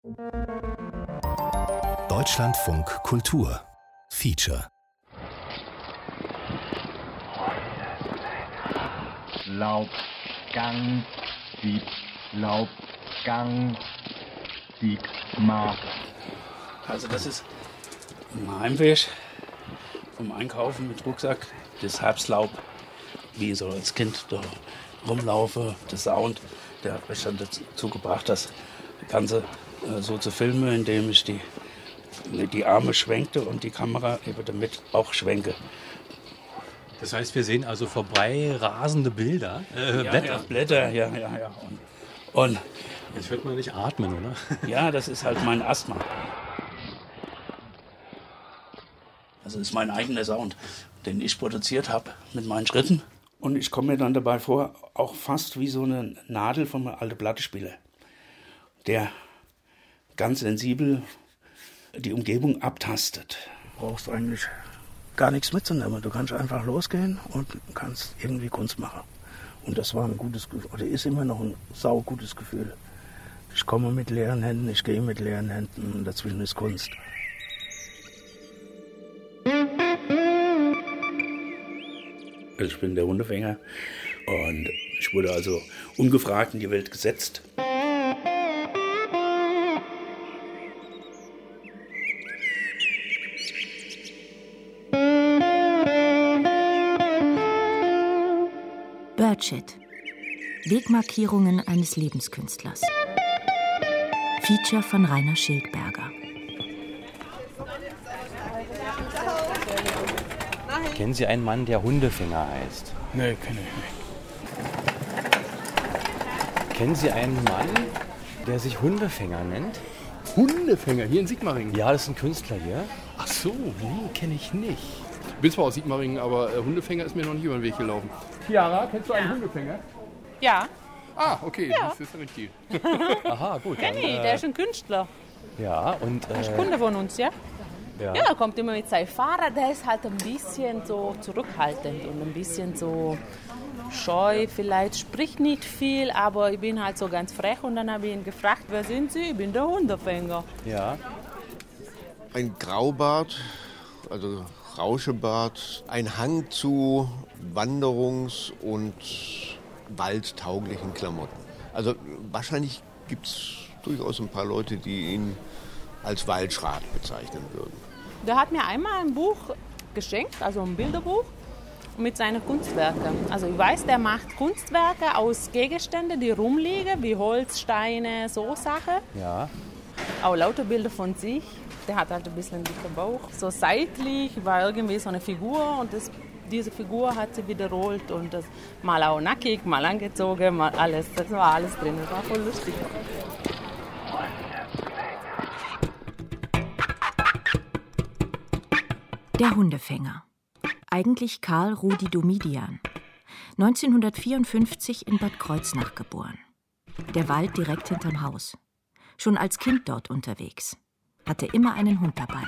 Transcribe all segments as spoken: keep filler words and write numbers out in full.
Deutschlandfunk Kultur Feature. Laubgang, Sieb, Laubgang, Sieb, Mark. Also das ist im Heimweg vom Einkaufen mit Rucksack, das Herbstlaub, wie ich so als Kind da rumlaufe, der Sound, der hat mich dann dazu gebracht, das Ganze äh, so zu filmen, indem ich die, die Arme schwenkte und die Kamera eben damit auch schwenke. Das heißt, wir sehen also vorbei rasende Bilder, äh, ja, Blätter. Ja, Blätter, ja, ja, ja. Und, und jetzt wird man nicht atmen, oder? Ja, das ist halt mein Asthma. Das ist mein eigener Sound, den ich produziert habe mit meinen Schritten. Und ich komme mir dann dabei vor, auch fast wie so eine Nadel von einem alten Plattenspieler, der ganz sensibel die Umgebung abtastet. Du brauchst eigentlich gar nichts mitzunehmen. Du kannst einfach losgehen und kannst irgendwie Kunst machen. Und das war ein gutes Gefühl, oder ist immer noch ein saugutes Gefühl. Ich komme mit leeren Händen, ich gehe mit leeren Händen und dazwischen ist Kunst. Ich bin der Hundefänger und ich wurde also ungefragt in die Welt gesetzt. Birdshit. Wegmarkierungen eines Lebenskünstlers. Feature von Rainer Schildberger. Kennen Sie einen Mann, der Hundefänger heißt? Nee, kenne ich nicht. Kennen Sie einen Mann, der sich Hundefänger nennt? Hundefänger, hier in Sigmaringen? Ja, das ist ein Künstler hier. Ach so, nee, kenne ich nicht. Ich bin zwar aus Sigmaringen, aber äh, Hundefänger ist mir noch nicht über den Weg gelaufen. Chiara, kennst du einen ja. Hundefänger? Ja. Ah, okay, ja. das ist ja richtig. Aha, gut. Kenny, äh, der ist ein Künstler. Ja, und... Äh, ist Kunde von uns, ja? Ja. Ja, er kommt immer mit seinem Fahrrad, der ist halt ein bisschen so zurückhaltend und ein bisschen so scheu, vielleicht spricht nicht viel, aber ich bin halt so ganz frech und dann habe ich ihn gefragt, wer sind Sie? Ich bin der Hundefänger. Ja. Ein Graubart, also Rauschebart, ein Hang zu Wanderungs- und waldtauglichen Klamotten. Also wahrscheinlich gibt es durchaus ein paar Leute, die ihn als Waldschrat bezeichnen würden. Der hat mir einmal ein Buch geschenkt, also ein Bilderbuch mit seinen Kunstwerken. Also ich weiß, der macht Kunstwerke aus Gegenständen, die rumliegen, wie Holz, Steine, so Sachen. Ja. Auch lauter Bilder von sich. Der hat halt ein bisschen einen dicken Bauch. So seitlich war irgendwie so eine Figur und das, diese Figur hat sie wiederholt und das mal auch nackig, mal angezogen, mal alles. Das war alles drin. Das war voll lustig. Der Hundefänger. Eigentlich Karl Rudi Domidian. neunzehnhundertvierundfünfzig in Bad Kreuznach geboren. Der Wald direkt hinterm Haus. Schon als Kind dort unterwegs. Hatte immer einen Hund dabei.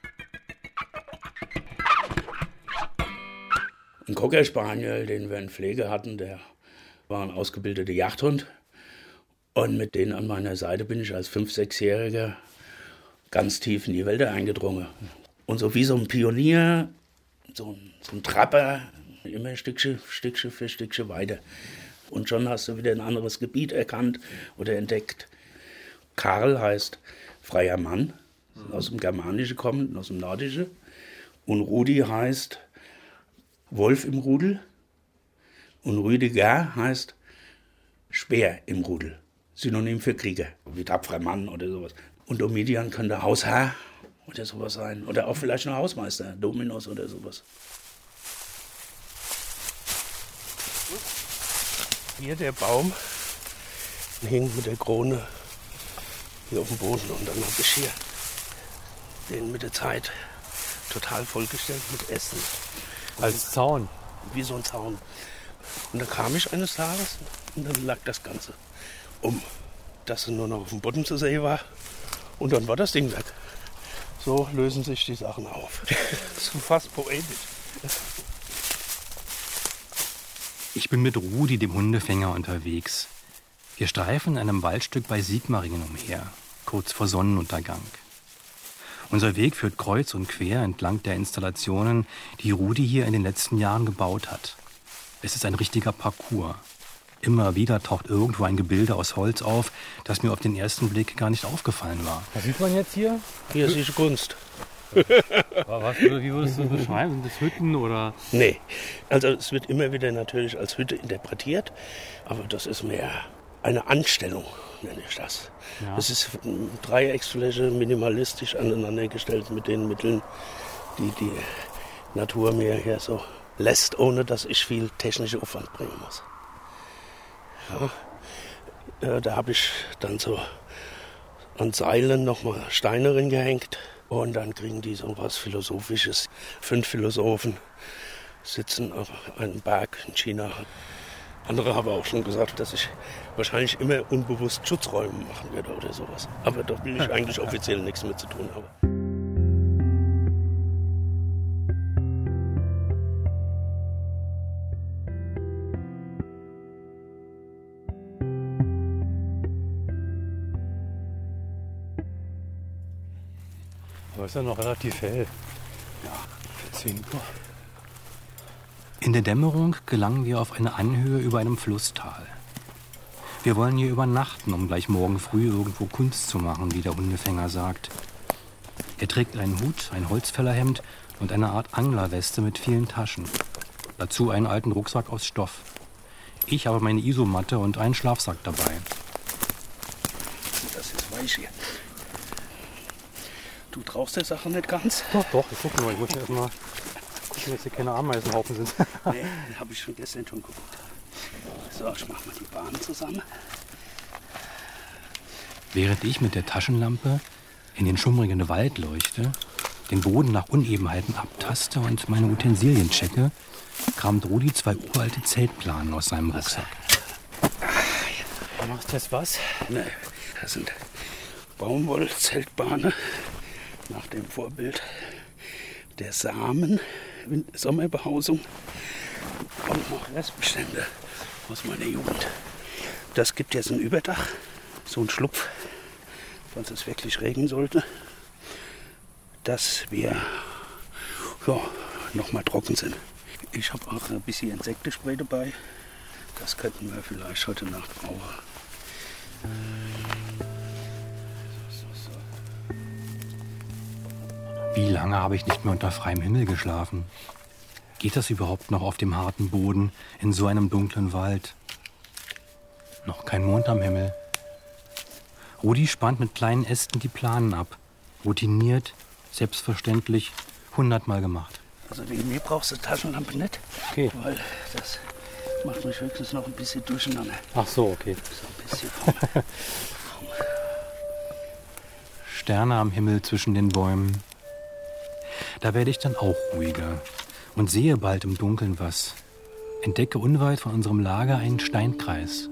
Ein Cocker Spaniel, den wir in Pflege hatten, der war ein ausgebildeter Jagdhund. Und mit denen an meiner Seite bin ich als fünf-, sechsjähriger ganz tief in die Wälder eingedrungen. Und so wie so ein Pionier, so ein, so ein Trapper, immer ein Stückchen, Stückchen für Stückchen weiter. Und schon hast du wieder ein anderes Gebiet erkannt oder entdeckt. Karl heißt freier Mann, aus dem Germanischen kommt, aus dem Nordischen. Und Rudi heißt Wolf im Rudel. Und Rüdiger heißt Speer im Rudel. Synonym für Krieger, wie tapferer Mann oder sowas. Und Domidian könnte Hausherr oder sowas sein. Oder auch vielleicht noch Hausmeister, Dominus oder sowas. Hier der Baum hängt mit der Krone hier auf dem Boden. Und dann habe ich hier den mit der Zeit total vollgestellt mit Essen. Als Zaun? Wie so ein Zaun. Und dann kam ich eines Tages und dann lag das Ganze um, dass er nur noch auf dem Boden zu sehen war. Und dann war das Ding weg. So lösen sich die Sachen auf. Das ist fast poetisch. Ich bin mit Rudi, dem Hundefänger, unterwegs. Wir streifen in einem Waldstück bei Sigmaringen umher. kurz vor Sonnenuntergang. Unser Weg führt kreuz und quer entlang der Installationen, die Rudi hier in den letzten Jahren gebaut hat. Es ist ein richtiger Parcours. Immer wieder taucht irgendwo ein Gebilde aus Holz auf, das mir auf den ersten Blick gar nicht aufgefallen war. Was sieht man jetzt hier? Hier ist die Kunst. Was, wie würdest du das beschreiben? Sind das Hütten oder? Nee, also es wird immer wieder natürlich als Hütte interpretiert, aber das ist mehr eine Anstellung, nenne ich das. Ja. Es ist eine Dreiecksfläche, minimalistisch aneinandergestellt mit den Mitteln, die die Natur mir hier so lässt, ohne dass ich viel technische Aufwand bringen muss. Ja. Äh, da habe ich dann so an Seilen nochmal Steine gehängt. Und dann kriegen die so was Philosophisches. Fünf Philosophen sitzen auf einem Berg in China. Andere haben auch schon gesagt, dass ich wahrscheinlich immer unbewusst Schutzräume machen werde oder sowas. Aber da will ich eigentlich offiziell nichts mit zu tun haben. Aber ist ja noch relativ hell. Ja, für zehn Uhr. In der Dämmerung gelangen wir auf eine Anhöhe über einem Flusstal. Wir wollen hier übernachten, um gleich morgen früh irgendwo Kunst zu machen, wie der Hundefänger sagt. Er trägt einen Hut, ein Holzfällerhemd und eine Art Anglerweste mit vielen Taschen. Dazu einen alten Rucksack aus Stoff. Ich habe meine Isomatte und einen Schlafsack dabei. Das ist weich hier. Du traust der Sache nicht ganz? Doch, doch, ich gucke mal. Ich muss mir erst mal gucken, dass hier keine Ameisenhaufen sind. Nee, habe ich schon gestern schon geguckt. So, ich mach mal die Bahn zusammen. Während ich mit der Taschenlampe in den schummrigen Wald leuchte, den Boden nach Unebenheiten abtaste und meine Utensilien checke, kramt Rudi zwei uralte Zeltplanen aus seinem Rucksack. Du machst jetzt was? Nee, das sind Baumwollzeltbahnen nach dem Vorbild der Samen, Sommerbehausung und noch Restbestände aus meiner Jugend. Das gibt jetzt ein Überdach, so ein Schlupf, falls es wirklich regnen sollte, dass wir ja, noch mal trocken sind. Ich habe auch ein bisschen Insektenspray dabei. Das könnten wir vielleicht heute Nacht brauchen. Wie lange habe ich nicht mehr unter freiem Himmel geschlafen? Geht das überhaupt noch auf dem harten Boden in so einem dunklen Wald? Noch kein Mond am Himmel. Rudi spannt mit kleinen Ästen die Planen ab. Routiniert, selbstverständlich, hundertmal gemacht. Also wegen mir brauchst du Taschenlampe nicht, okay. Weil das macht mich höchstens noch ein bisschen durcheinander. Ach so, okay. So ein bisschen vom, vom Sterne am Himmel zwischen den Bäumen. Da werde ich dann auch ruhiger und sehe bald im Dunkeln was. Entdecke unweit von unserem Lager einen Steinkreis.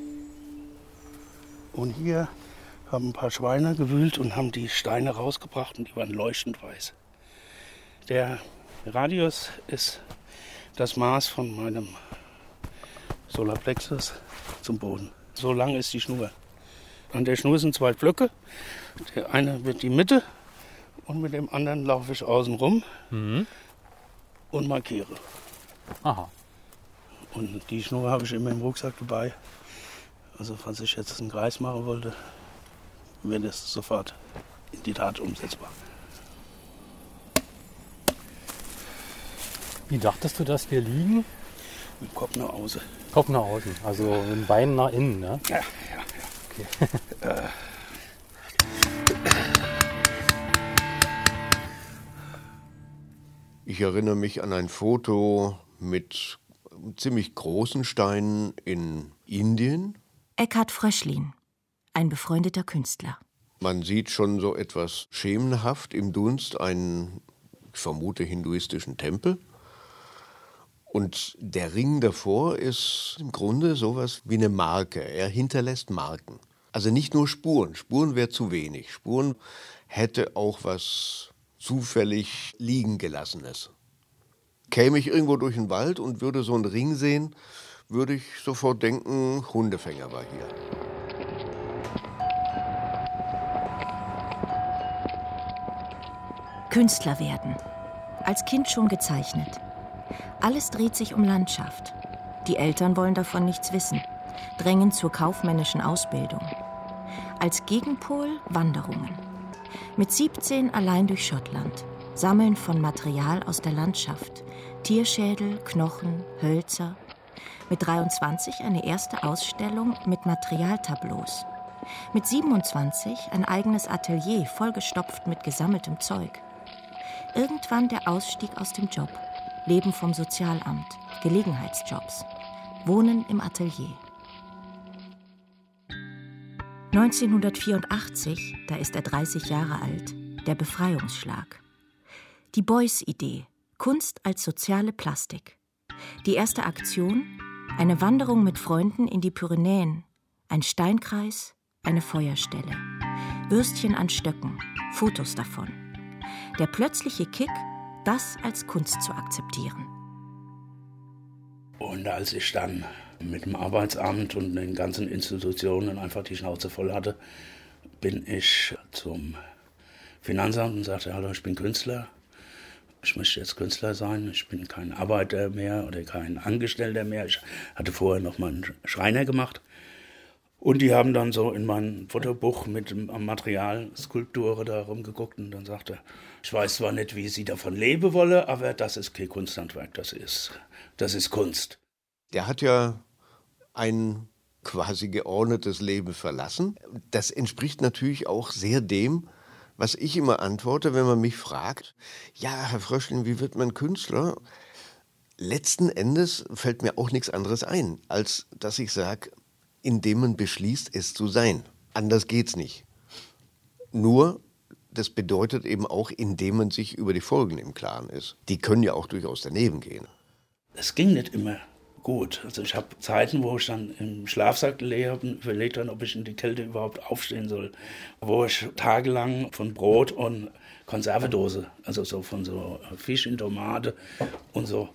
Und hier haben ein paar Schweine gewühlt und haben die Steine rausgebracht und die waren leuchtend weiß. Der Radius ist das Maß von meinem Solarplexus zum Boden. So lang ist die Schnur. An der Schnur sind zwei Blöcke. Der eine wird die Mitte und mit dem anderen laufe ich außen rum mhm. und markiere. Aha. Und die Schnur habe ich immer im Rucksack dabei. Also falls ich jetzt einen Kreis machen wollte, wäre das sofort in die Tat umsetzbar. Wie dachtest du, dass wir liegen? Mit dem Kopf nach außen. Kopf nach außen, also mit dem Bein nach innen, ne? Ja, ja, ja. Okay. äh. Ich erinnere mich an ein Foto mit ziemlich großen Steinen in Indien. Eckhard Fröschlin, ein befreundeter Künstler. Man sieht schon so etwas schemenhaft im Dunst einen, ich vermute, hinduistischen Tempel. Und der Ring davor ist im Grunde sowas wie eine Marke. Er hinterlässt Marken. Also nicht nur Spuren. Spuren wäre zu wenig. Spuren hätte auch was zufällig liegen gelassenes. Käme ich irgendwo durch den Wald und würde so einen Ring sehen, würde ich sofort denken, Hundefänger war hier. Künstler werden. Als Kind schon gezeichnet. Alles dreht sich um Landschaft. Die Eltern wollen davon nichts wissen, drängen zur kaufmännischen Ausbildung. Als Gegenpol Wanderungen. Mit siebzehn allein durch Schottland. Sammeln von Material aus der Landschaft. Tierschädel, Knochen, Hölzer. Mit dreiundzwanzig eine erste Ausstellung mit Materialtableaus. Mit siebenundzwanzig ein eigenes Atelier, vollgestopft mit gesammeltem Zeug. Irgendwann der Ausstieg aus dem Job. Leben vom Sozialamt, Gelegenheitsjobs. Wohnen im Atelier. neunzehnhundertvierundachtzig, da ist er dreißig Jahre alt, der Befreiungsschlag. Die Beuys-Idee, Kunst als soziale Plastik. Die erste Aktion, eine Wanderung mit Freunden in die Pyrenäen, ein Steinkreis, eine Feuerstelle, Würstchen an Stöcken, Fotos davon. Der plötzliche Kick, das als Kunst zu akzeptieren. Und als ich dann mit dem Arbeitsamt und den ganzen Institutionen einfach die Schnauze voll hatte, bin ich zum Finanzamt und sagte, hallo, ich bin Künstler. Ich möchte jetzt Künstler sein. Ich bin kein Arbeiter mehr oder kein Angestellter mehr. Ich hatte vorher noch mal einen Schreiner gemacht. Und die haben dann so in mein Fotobuch mit dem Material Skulpturen da rumgeguckt und dann sagte, ich weiß zwar nicht, wie sie davon leben wolle, aber das ist kein Kunsthandwerk, das ist, das ist Kunst. Der hat ja ein quasi geordnetes Leben verlassen. Das entspricht natürlich auch sehr dem, was ich immer antworte, wenn man mich fragt, ja, Herr Fröschling, wie wird man Künstler? Letzten Endes fällt mir auch nichts anderes ein, als dass ich sage, indem man beschließt, es zu sein. Anders geht's nicht. Nur, das bedeutet eben auch, indem man sich über die Folgen im Klaren ist. Die können ja auch durchaus daneben gehen. Es ging nicht immer gut. Also ich habe Zeiten, wo ich dann im Schlafsack gelegen habe und überlegt habe, ob ich in die Kälte überhaupt aufstehen soll. Wo ich tagelang von Brot und Konservedose, also so von so Fisch in Tomate und so.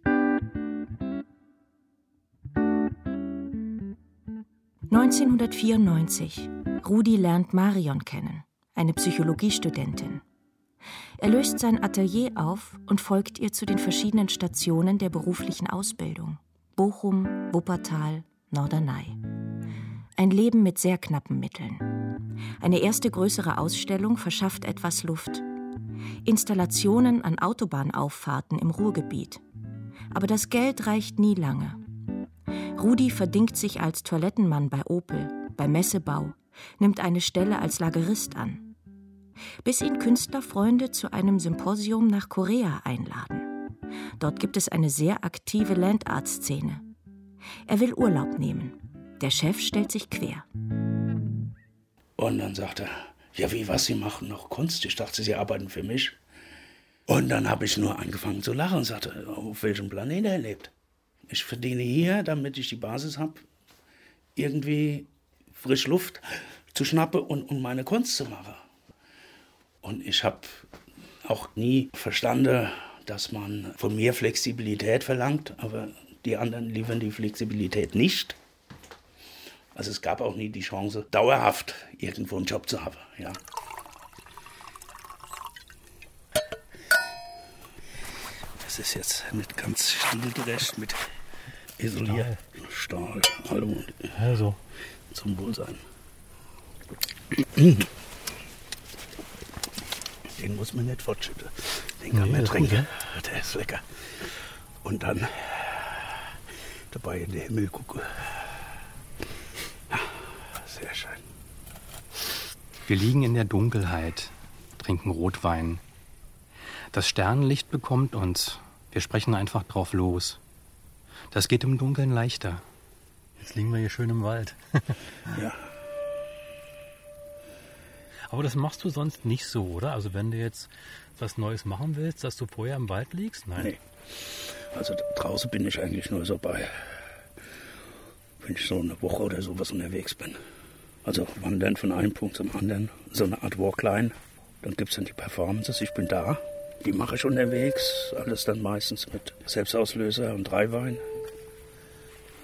neunzehnhundertvierundneunzig. Rudi lernt Marion kennen, eine Psychologiestudentin. Er löst sein Atelier auf und folgt ihr zu den verschiedenen Stationen der beruflichen Ausbildung. Bochum, Wuppertal, Norderney. Ein Leben mit sehr knappen Mitteln. Eine erste größere Ausstellung verschafft etwas Luft. Installationen an Autobahnauffahrten im Ruhrgebiet. Aber das Geld reicht nie lange. Rudi verdingt sich als Toilettenmann bei Opel, bei Messebau, nimmt eine Stelle als Lagerist an. Bis ihn Künstlerfreunde zu einem Symposium nach Korea einladen. Dort gibt es eine sehr aktive Land-Art-Szene. Er will Urlaub nehmen. Der Chef stellt sich quer. Und dann sagt er, ja wie, was, Sie machen noch Kunst? Ich dachte, Sie arbeiten für mich. Und dann habe ich nur angefangen zu lachen und sagte, auf welchem Planeten er lebt. Ich verdiene hier, damit ich die Basis habe, irgendwie frisch Luft zu schnappen und, und meine Kunst zu machen. Und ich habe auch nie verstanden, dass man von mir Flexibilität verlangt, aber die anderen liefern die Flexibilität nicht. Also es gab auch nie die Chance, dauerhaft irgendwo einen Job zu haben. Ja. Das ist jetzt nicht ganz stilgerecht mit Isolierstahl. Hallo. Also. Zum Wohlsein. Den muss man nicht fortschütten. Den kann Nee, man ist trinken. gut, Der ist lecker. Und dann dabei in den Himmel gucken. Ja, sehr schön. Wir liegen in der Dunkelheit, trinken Rotwein. Das Sternenlicht bekommt uns. Wir sprechen einfach drauf los. Das geht im Dunkeln leichter. Jetzt liegen wir hier schön im Wald. Ja. Aber das machst du sonst nicht so, oder? Also wenn du jetzt was Neues machen willst, dass du vorher im Wald liegst? Nein. Nee. Also draußen bin ich eigentlich nur so bei, wenn ich so eine Woche oder sowas unterwegs bin. Also wandern von einem Punkt zum anderen, so eine Art Walkline. Dann gibt es dann die Performances, ich bin da. Die mache ich unterwegs, alles dann meistens mit Selbstauslöser und Dreiwein.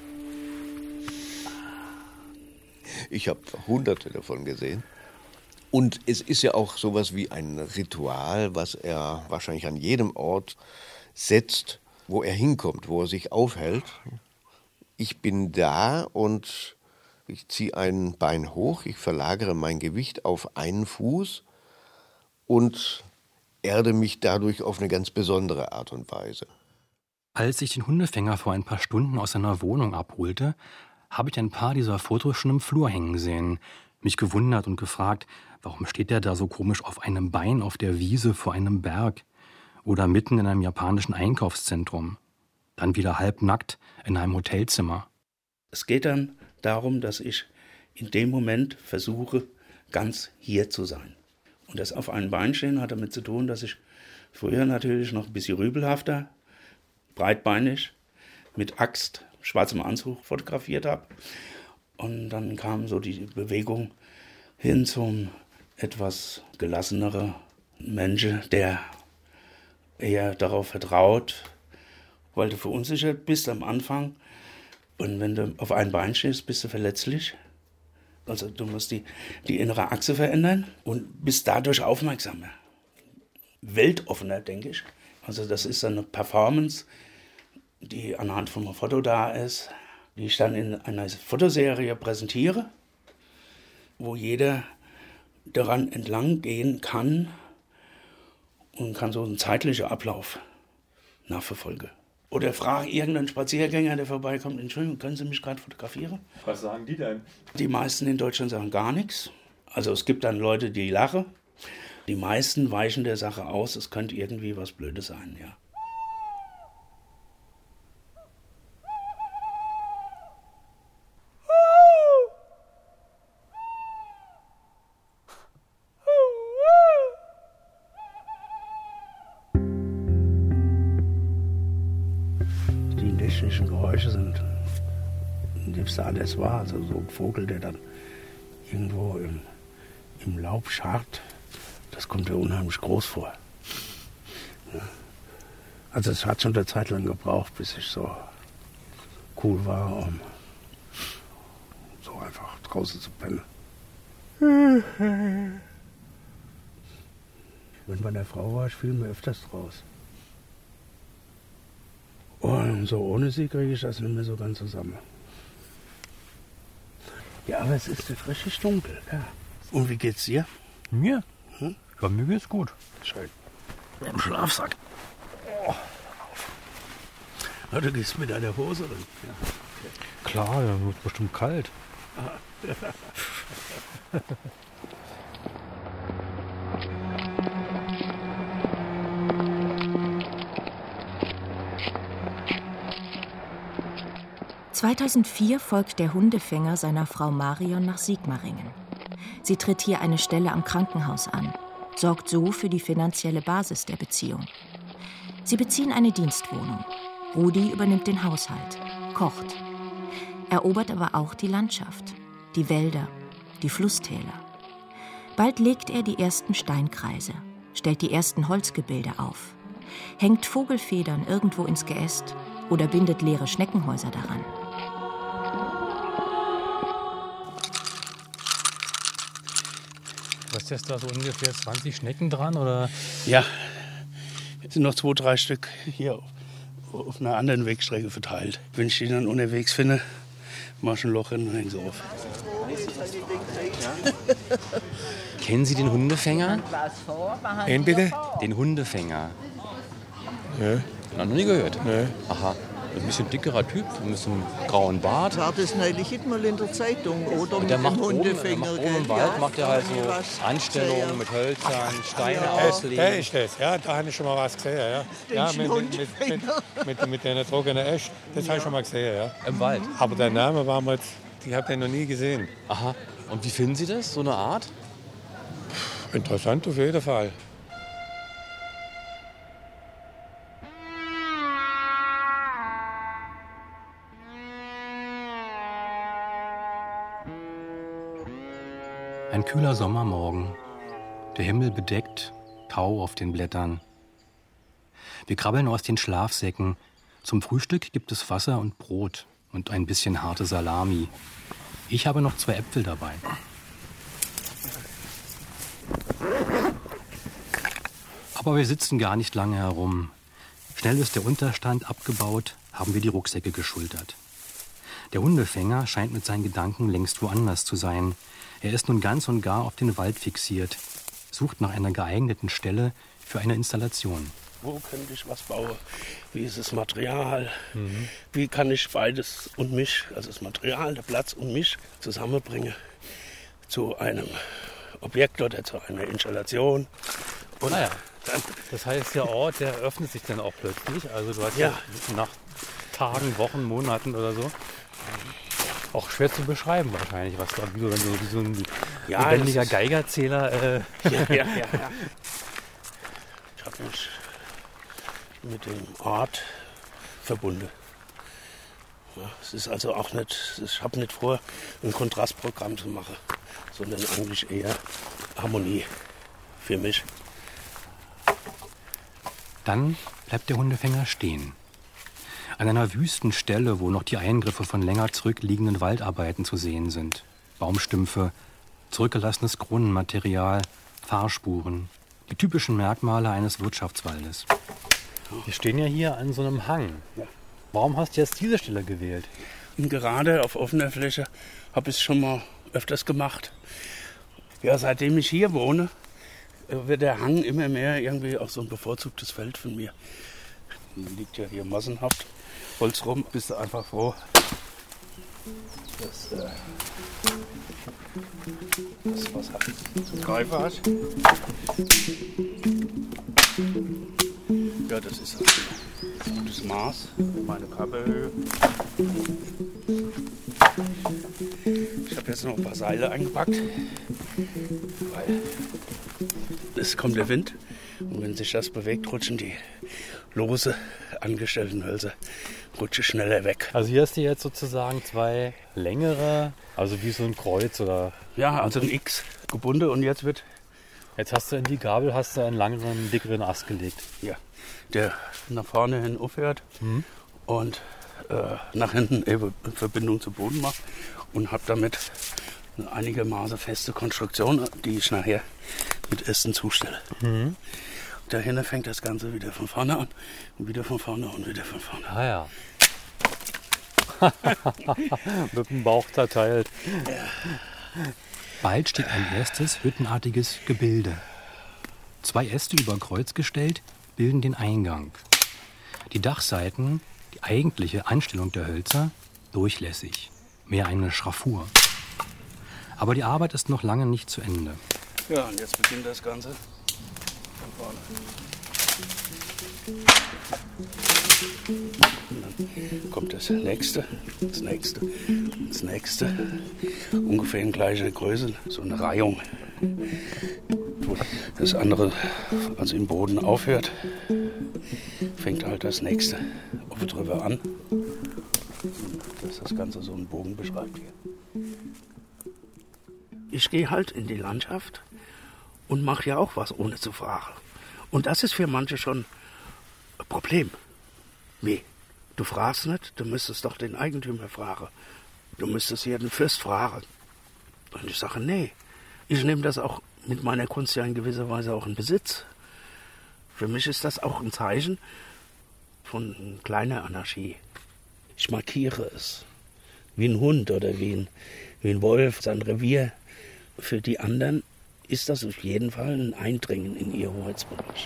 Ich habe hunderte davon gesehen. Und es ist ja auch sowas wie ein Ritual, was er wahrscheinlich an jedem Ort setzt, wo er hinkommt, wo er sich aufhält. Ich bin da und ich ziehe ein Bein hoch, ich verlagere mein Gewicht auf einen Fuß und erde mich dadurch auf eine ganz besondere Art und Weise. Als ich den Hundefänger vor ein paar Stunden aus seiner Wohnung abholte, habe ich ein paar dieser Fotos schon im Flur hängen sehen, mich gewundert und gefragt, warum steht der da so komisch auf einem Bein auf der Wiese vor einem Berg oder mitten in einem japanischen Einkaufszentrum, dann wieder halbnackt in einem Hotelzimmer. Es geht dann darum, dass ich in dem Moment versuche, ganz hier zu sein. Und das auf einem Bein stehen hat damit zu tun, dass ich früher natürlich noch ein bisschen rübelhafter, breitbeinig, mit Axt, schwarzem Anzug fotografiert habe. Und dann kam so die Bewegung hin zum etwas gelasseneren Menschen, der eher darauf vertraut, weil du verunsichert bist am Anfang. Und wenn du auf einem Bein stehst, bist du verletzlich. Also du musst die, die innere Achse verändern und bist dadurch aufmerksamer. Weltoffener, denke ich. Also das ist eine Performance, die anhand von einem Foto da ist, die ich dann in einer Fotoserie präsentiere, wo jeder daran entlang gehen kann und kann so einen zeitlichen Ablauf nachverfolgen. Oder frage irgendeinen Spaziergänger, der vorbeikommt, Entschuldigung, können Sie mich gerade fotografieren? Was sagen die denn? Die meisten in Deutschland sagen gar nichts. Also es gibt dann Leute, die lachen. Die meisten weichen der Sache aus, es könnte irgendwie was Blödes sein, ja. Geräusche sind, nimmst du alles wahr. Also so ein Vogel, der dann irgendwo im, im Laub scharrt, das kommt mir unheimlich groß vor. Ja. Also es hat schon eine Zeit lang gebraucht, bis ich so cool war, um so einfach draußen zu pennen. Wenn bei der Frau war, ich fiel mir öfters raus. Und so ohne sie kriege ich das nicht mehr so ganz zusammen. Ja, aber es ist jetzt richtig dunkel. Ja. Und wie geht's dir? Mir? Hm? Ja, mir geht's gut. Schön. Im Schlafsack. Oh. Ja, du gehst mit deiner Hose drin. Ja. Okay. Klar, ja, wird bestimmt kalt. zweitausendvier folgt der Hundefänger seiner Frau Marion nach Sigmaringen. Sie tritt hier eine Stelle am Krankenhaus an, sorgt so für die finanzielle Basis der Beziehung. Sie beziehen eine Dienstwohnung. Rudi übernimmt den Haushalt, kocht, erobert aber auch die Landschaft, die Wälder, die Flusstäler. Bald legt er die ersten Steinkreise, stellt die ersten Holzgebilde auf, hängt Vogelfedern irgendwo ins Geäst oder bindet leere Schneckenhäuser daran. Was ist jetzt da so ungefähr zwanzig Schnecken dran, oder? Ja, es sind noch zwei, drei Stück hier auf, auf einer anderen Wegstrecke verteilt. Wenn ich die dann unterwegs finde, mache ich ein Loch hin und hänge sie auf. Kennen Sie den Hundefänger? Wen bitte? Den Hundefänger. Nö. Noch nie gehört? Nö. Aha. Ein bisschen dickerer Typ, mit einem grauen Bart. War das neulich mal in der Zeitung, oder? Und der mit macht dem oben, Hundefänger. macht oben im Wald macht er halt so Anstellungen mit Hölzern, Steine Ja, auslegen. der ist das, ja, da habe ich schon mal was gesehen, ja. Den Ja, mit, mit, mit, Hundefänger. mit, mit, mit der trockenen Esch, das habe ich schon mal gesehen, ja. Im Wald. Aber der Name war mir jetzt, ich habe den noch nie gesehen. Aha. Und wie finden Sie das, so eine Art? Interessant auf jeden Fall. Ein kühler Sommermorgen. Der Himmel bedeckt, Tau auf den Blättern. Wir krabbeln aus den Schlafsäcken. Zum Frühstück gibt es Wasser und Brot und ein bisschen harte Salami. Ich habe noch zwei Äpfel dabei. Aber wir sitzen gar nicht lange herum. Schnell ist der Unterstand abgebaut, haben wir die Rucksäcke geschultert. Der Hundefänger scheint mit seinen Gedanken längst woanders zu sein. Er ist nun ganz und gar auf den Wald fixiert, sucht nach einer geeigneten Stelle für eine Installation. Wo könnte ich was bauen? Wie ist das Material? Mhm. Wie kann ich beides und mich, also das Material, der Platz und mich zusammenbringen zu einem Objekt oder zu einer Installation? Und naja, das heißt, der Ort, der öffnet sich dann auch plötzlich. Also du hast ja, ja nach Tagen, Wochen, Monaten oder so auch schwer zu beschreiben wahrscheinlich, was da wie so, wie so ein ja, lebendiger Geigerzähler. Äh ja, ja, ja, ja. Ich habe mich mit dem Ort verbunden. Ja, es ist also auch nicht, ich habe nicht vor, ein Kontrastprogramm zu machen, sondern eigentlich eher Harmonie für mich. Dann bleibt der Hundefänger stehen. An einer wüsten Stelle, wo noch die Eingriffe von länger zurückliegenden Waldarbeiten zu sehen sind. Baumstümpfe, zurückgelassenes Kronenmaterial, Fahrspuren. Die typischen Merkmale eines Wirtschaftswaldes. Wir stehen ja hier an so einem Hang. Warum hast du jetzt diese Stelle gewählt? Und gerade auf offener Fläche habe ich es schon mal öfters gemacht. Ja, seitdem ich hier wohne, wird der Hang immer mehr irgendwie auch so ein bevorzugtes Feld von mir. Liegt ja hier massenhaft Holz rum, bist du einfach froh, dass äh, das was hat, zum Greifen hat. Ja, das ist ein gutes Maß, meine Körperhöhe. Ich habe jetzt noch ein paar Seile eingepackt, weil es kommt der Wind und wenn sich das bewegt, rutschen die lose angestellten Hölzer rutschen schneller weg. Also hier hast du jetzt sozusagen zwei längere, also wie so ein Kreuz oder... Ja, also ein X gebunden und jetzt wird... Jetzt hast du in die Gabel hast du einen langeren, dickeren Ast gelegt. Ja, der nach vorne hin aufhört mhm. und äh, nach hinten eben in Verbindung zum Boden macht und habe damit eine einigermaßen feste Konstruktion, die ich nachher mit Ästen zustelle. Mhm. Dahinter fängt das Ganze wieder von vorne an und wieder von vorne und wieder von vorne. Ah ja. Mit dem Bauch zerteilt. Ja. Bald steht ein erstes hüttenartiges Gebilde. Zwei Äste über Kreuz gestellt bilden den Eingang. Die Dachseiten, die eigentliche Anstellung der Hölzer, durchlässig. Mehr eine Schraffur. Aber die Arbeit ist noch lange nicht zu Ende. Ja, und jetzt beginnt das Ganze von vorne. Und dann kommt das nächste, das nächste, das nächste. Ungefähr in gleicher Größe, so eine Reihung. Wo das andere, also im Boden aufhört, fängt halt das nächste oben drüber an. Dass das Ganze so einen Bogen beschreibt hier. Ich gehe halt in die Landschaft und mache ja auch was, ohne zu fragen. Und das ist für manche schon ein Problem. Wie? Du fragst nicht, du müsstest doch den Eigentümer fragen. Du müsstest hier den Fürst fragen. Und ich sage, nee, ich nehme das auch mit meiner Kunst ja in gewisser Weise auch in Besitz. Für mich ist das auch ein Zeichen von kleiner Anarchie. Ich markiere es. Wie ein Hund oder wie ein, wie ein Wolf, sein Revier. Für die anderen ist das auf jeden Fall ein Eindringen in ihr Hoheitsbereich.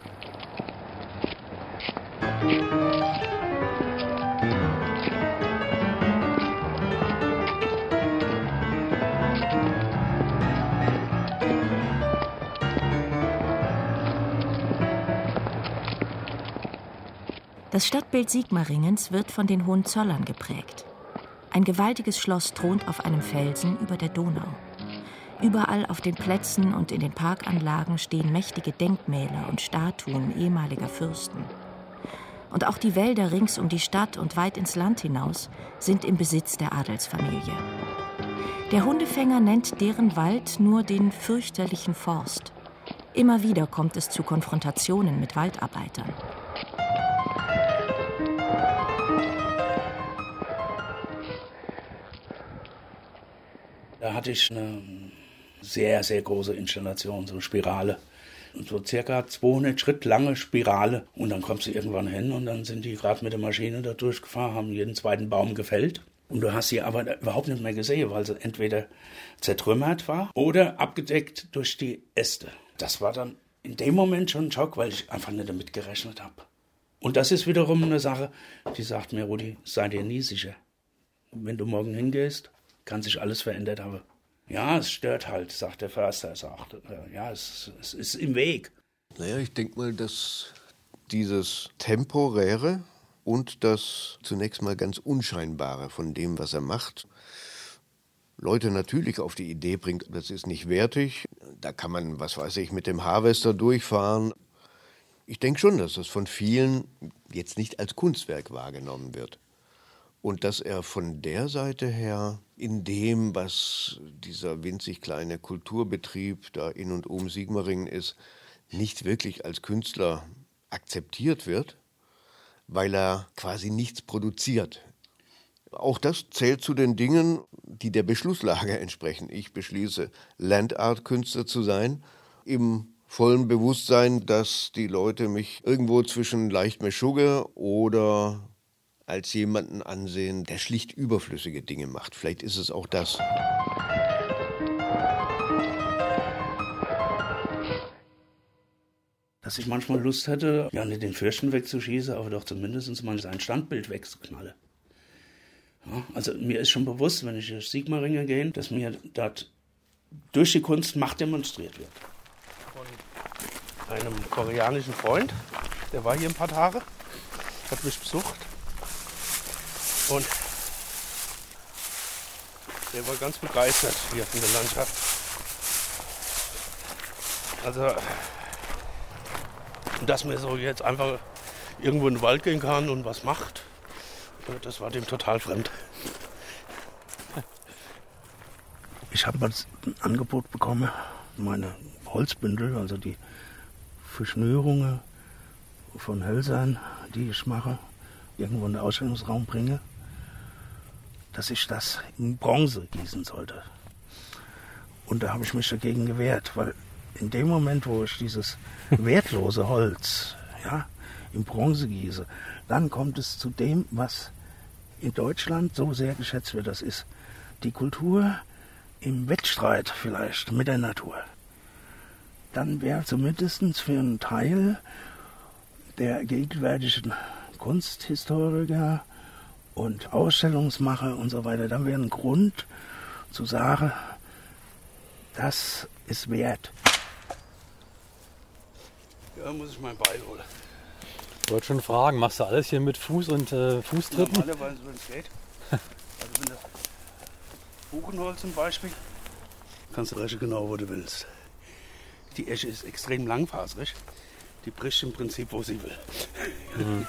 Das Stadtbild Sigmaringens wird von den Hohenzollern geprägt. Ein gewaltiges Schloss thront auf einem Felsen über der Donau. Überall auf den Plätzen und in den Parkanlagen stehen mächtige Denkmäler und Statuen ehemaliger Fürsten. Und auch die Wälder rings um die Stadt und weit ins Land hinaus sind im Besitz der Adelsfamilie. Der Hundefänger nennt deren Wald nur den fürchterlichen Forst. Immer wieder kommt es zu Konfrontationen mit Waldarbeitern. Da hatte ich eine sehr, sehr große Installation, so eine Spirale so circa zweihundert Schritt lange Spirale. Und dann kommst du irgendwann hin und dann sind die gerade mit der Maschine da durchgefahren, haben jeden zweiten Baum gefällt. Und du hast sie aber überhaupt nicht mehr gesehen, weil sie entweder zertrümmert war oder abgedeckt durch die Äste. Das war dann in dem Moment schon ein Schock, weil ich einfach nicht damit gerechnet habe. Und das ist wiederum eine Sache, die sagt mir, Rudi, sei dir nie sicher. Wenn du morgen hingehst, kann sich alles verändert haben. Ja, es stört halt, sagt der Förster. Er sagt, ja, es, es ist im Weg. Naja, ich denke mal, dass dieses Temporäre und das zunächst mal ganz Unscheinbare von dem, was er macht, Leute natürlich auf die Idee bringt, das ist nicht wertig. Da kann man, was weiß ich, mit dem Harvester durchfahren. Ich denke schon, dass das von vielen jetzt nicht als Kunstwerk wahrgenommen wird. Und dass er von der Seite her in dem, was dieser winzig kleine Kulturbetrieb da in und um Sigmaringen ist, nicht wirklich als Künstler akzeptiert wird, weil er quasi nichts produziert. Auch das zählt zu den Dingen, die der Beschlusslage entsprechen. Ich beschließe, Landart-Künstler zu sein, im vollen Bewusstsein, dass die Leute mich irgendwo zwischen leicht Meschugge oder als jemanden ansehen, der schlicht überflüssige Dinge macht. Vielleicht ist es auch das. Dass ich manchmal Lust hätte, ja nicht den Fürsten wegzuschießen, aber doch zumindest mal sein Standbild wegzuknallen. Ja, also mir ist schon bewusst, wenn ich durch Sigmaringen gehe, dass mir dort durch die Kunst Macht demonstriert wird. Von einem koreanischen Freund, der war hier ein paar Tage, hat mich besucht und der war ganz begeistert hier von der Landschaft. Also, dass man so jetzt einfach irgendwo in den Wald gehen kann und was macht, das war dem total fremd. Ich habe ein Angebot bekommen, meine Holzbündel, also die Verschnürungen von Hölzern, die ich mache, irgendwo in den Ausstellungsraum bringe, dass ich das in Bronze gießen sollte. Und da habe ich mich dagegen gewehrt, weil in dem Moment, wo ich dieses wertlose Holz ja, in Bronze gieße, dann kommt es zu dem, was in Deutschland so sehr geschätzt wird. Das ist die Kultur im Wettstreit vielleicht mit der Natur. Dann wäre zumindest für einen Teil der gegenwärtigen Kunsthistoriker und Ausstellungsmacher und so weiter, dann wäre ein Grund zu sagen, das ist wert. Ja, muss ich mein Beil holen. Ich wollte schon fragen, machst du alles hier mit Fuß und äh, Fußtritten? Normalerweise, wenn es geht. Also wenn das Buchenholz zum Beispiel, kannst du recht genau, wo du willst. Die Esche ist extrem langfaserig. Die bricht im Prinzip, wo sie will. Mhm.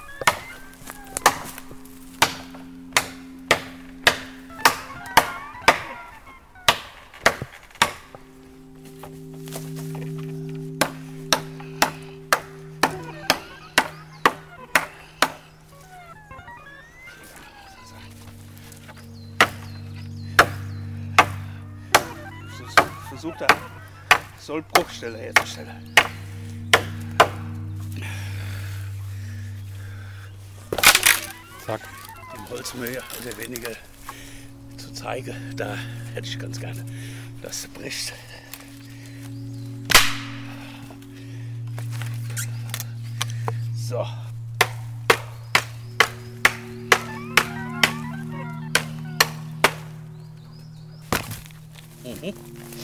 Versucht er, Sollbruchstelle herzustellen. Zack. Dem Holzmühe oder weniger zu zeigen, da hätte ich ganz gerne, dass es bricht. So. Mhm.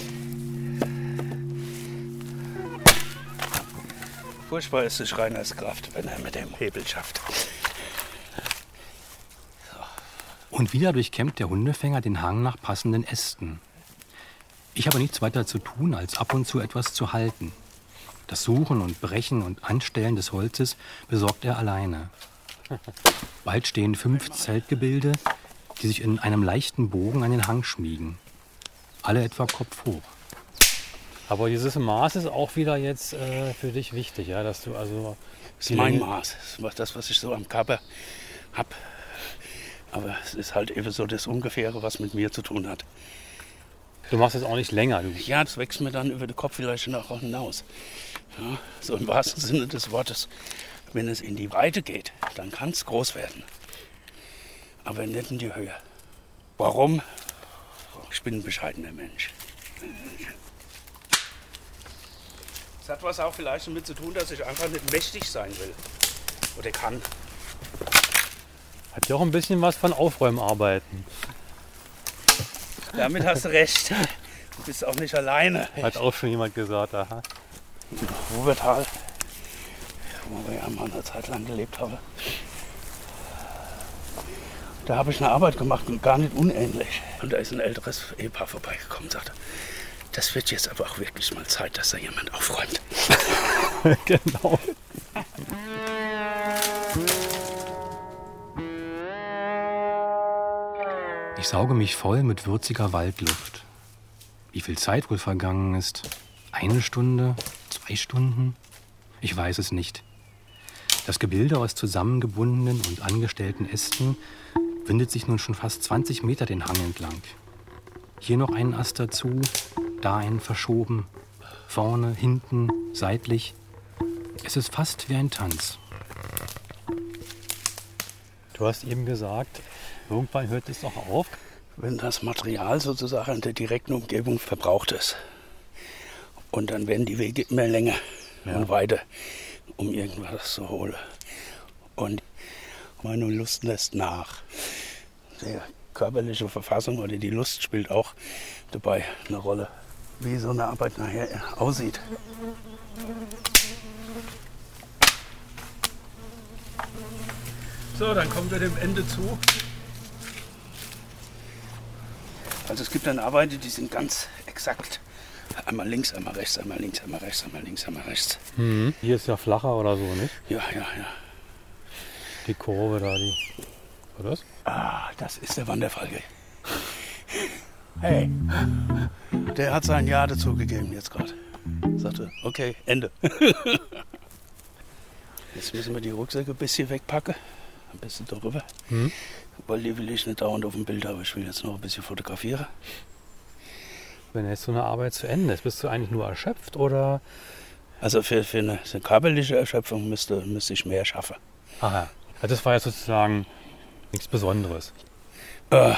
Furchtbar ist die Schreinerskraft, wenn er mit dem Hebel schafft. So. Und wieder durchkämmt der Hundefänger den Hang nach passenden Ästen. Ich habe nichts weiter zu tun, als ab und zu etwas zu halten. Das Suchen und Brechen und Anstellen des Holzes besorgt er alleine. Bald stehen fünf Zeltgebilde, die sich in einem leichten Bogen an den Hang schmiegen. Alle etwa kopfhoch. Aber dieses Maß ist auch wieder jetzt äh, für dich wichtig, ja, dass du also... Das ist mein Maß, das ist das, was ich so am Körper habe. Aber es ist halt eben so das Ungefähre, was mit mir zu tun hat. Du machst das auch nicht länger. Du ja, das wächst mir dann über den Kopf vielleicht noch hinaus. Ja, so im wahrsten Sinne des Wortes. Wenn es in die Breite geht, dann kann es groß werden. Aber nicht in die Höhe. Warum? Ich bin ein bescheidener Mensch. Das hat was auch vielleicht damit zu tun, dass ich einfach nicht mächtig sein will. Oder kann. Hat ja auch ein bisschen was von Aufräumarbeiten. Damit hast du recht. Du bist auch nicht alleine. Hat auch schon jemand gesagt, aha. Ruhrtal, wo wir ja mal eine Zeit lang gelebt haben. Da habe ich eine Arbeit gemacht, gar nicht unähnlich. Und da ist ein älteres Ehepaar vorbeigekommen und sagte, das wird jetzt aber auch wirklich mal Zeit, dass da jemand aufräumt. Genau. Ich sauge mich voll mit würziger Waldluft. Wie viel Zeit wohl vergangen ist? Eine Stunde? Zwei Stunden? Ich weiß es nicht. Das Gebilde aus zusammengebundenen und angestellten Ästen windet sich nun schon fast zwanzig Meter den Hang entlang. Hier noch einen Ast dazu, da einen verschoben. Vorne, hinten, seitlich. Es ist fast wie ein Tanz. Du hast eben gesagt, irgendwann hört es doch auf. Wenn das Material sozusagen in der direkten Umgebung verbraucht ist. Und dann werden die Wege immer länger ja. und weiter, um irgendwas zu holen. Und meine Lust lässt nach. Die körperliche Verfassung oder die Lust spielt auch dabei eine Rolle, wie so eine Arbeit nachher aussieht. So, dann kommen wir dem Ende zu. Also es gibt dann Arbeiten, die sind ganz exakt. Einmal links, einmal rechts, einmal links, einmal rechts, einmal links, einmal rechts. Mhm. Hier ist ja flacher oder so, nicht? Ja, ja, ja. Die Kurve da, die. War das? Ah, das ist der Wanderfalke. Hey, der hat sein Ja dazu gegeben jetzt gerade. Sagte, okay, Ende. Jetzt müssen wir die Rucksäcke ein bisschen wegpacken. Ein bisschen darüber. Mhm. Weil die will ich nicht dauernd auf dem Bild haben. Ich will jetzt noch ein bisschen fotografieren. Wenn jetzt so eine Arbeit zu Ende ist, bist du eigentlich nur erschöpft oder? Also für, für eine, für eine körperliche Erschöpfung müsste, müsste ich mehr schaffen. Aha. Also das war ja sozusagen nichts Besonderes. Äh,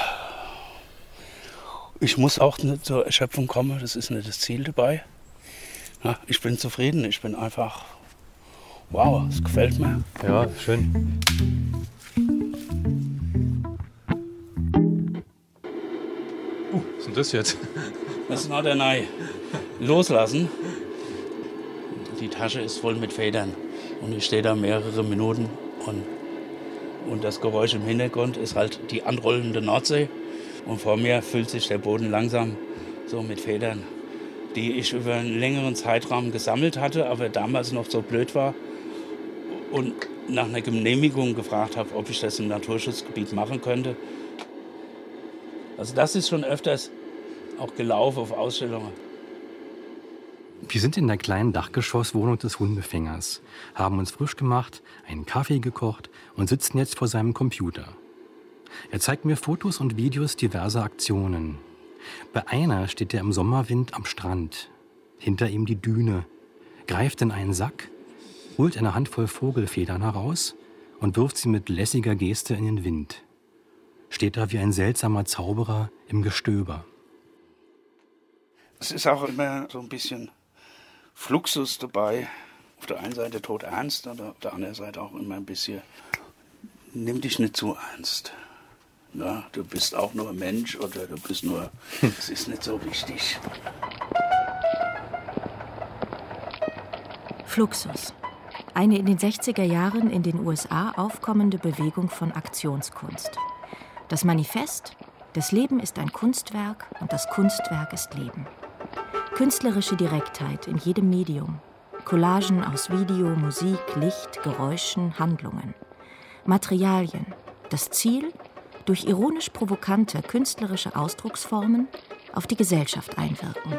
ich muss auch nicht zur Erschöpfung kommen. Das ist nicht das Ziel dabei. Ja, ich bin zufrieden. Ich bin einfach, wow, es gefällt mir. Ja, schön. Uh, was ist denn das jetzt? Das ist noch der Nei. Loslassen. Die Tasche ist voll mit Federn. Und ich stehe da mehrere Minuten. Und, und das Geräusch im Hintergrund ist halt die anrollende Nordsee. Und vor mir füllt sich der Boden langsam so mit Federn, die ich über einen längeren Zeitraum gesammelt hatte, aber damals noch so blöd war. Und nach einer Genehmigung gefragt habe, ob ich das im Naturschutzgebiet machen könnte. Also das ist schon öfters auch gelaufen auf Ausstellungen. Wir sind in der kleinen Dachgeschosswohnung des Hundefängers, haben uns frisch gemacht, einen Kaffee gekocht und sitzen jetzt vor seinem Computer. Er zeigt mir Fotos und Videos diverser Aktionen. Bei einer steht er im Sommerwind am Strand. Hinter ihm die Düne, greift in einen Sack, holt eine Handvoll Vogelfedern heraus und wirft sie mit lässiger Geste in den Wind. Steht da wie ein seltsamer Zauberer im Gestöber. Es ist auch immer so ein bisschen Fluxus dabei. Auf der einen Seite tot ernst, aber auf der anderen Seite auch immer ein bisschen, nimm dich nicht zu ernst. Ja, du bist auch nur ein Mensch oder du bist nur, das ist nicht so wichtig. Fluxus. Eine in den sechziger Jahren in den U S A aufkommende Bewegung von Aktionskunst. Das Manifest: Das Leben ist ein Kunstwerk und das Kunstwerk ist Leben. Künstlerische Direktheit in jedem Medium. Collagen aus Video, Musik, Licht, Geräuschen, Handlungen. Materialien. Das Ziel: durch ironisch provokante künstlerische Ausdrucksformen auf die Gesellschaft einwirken.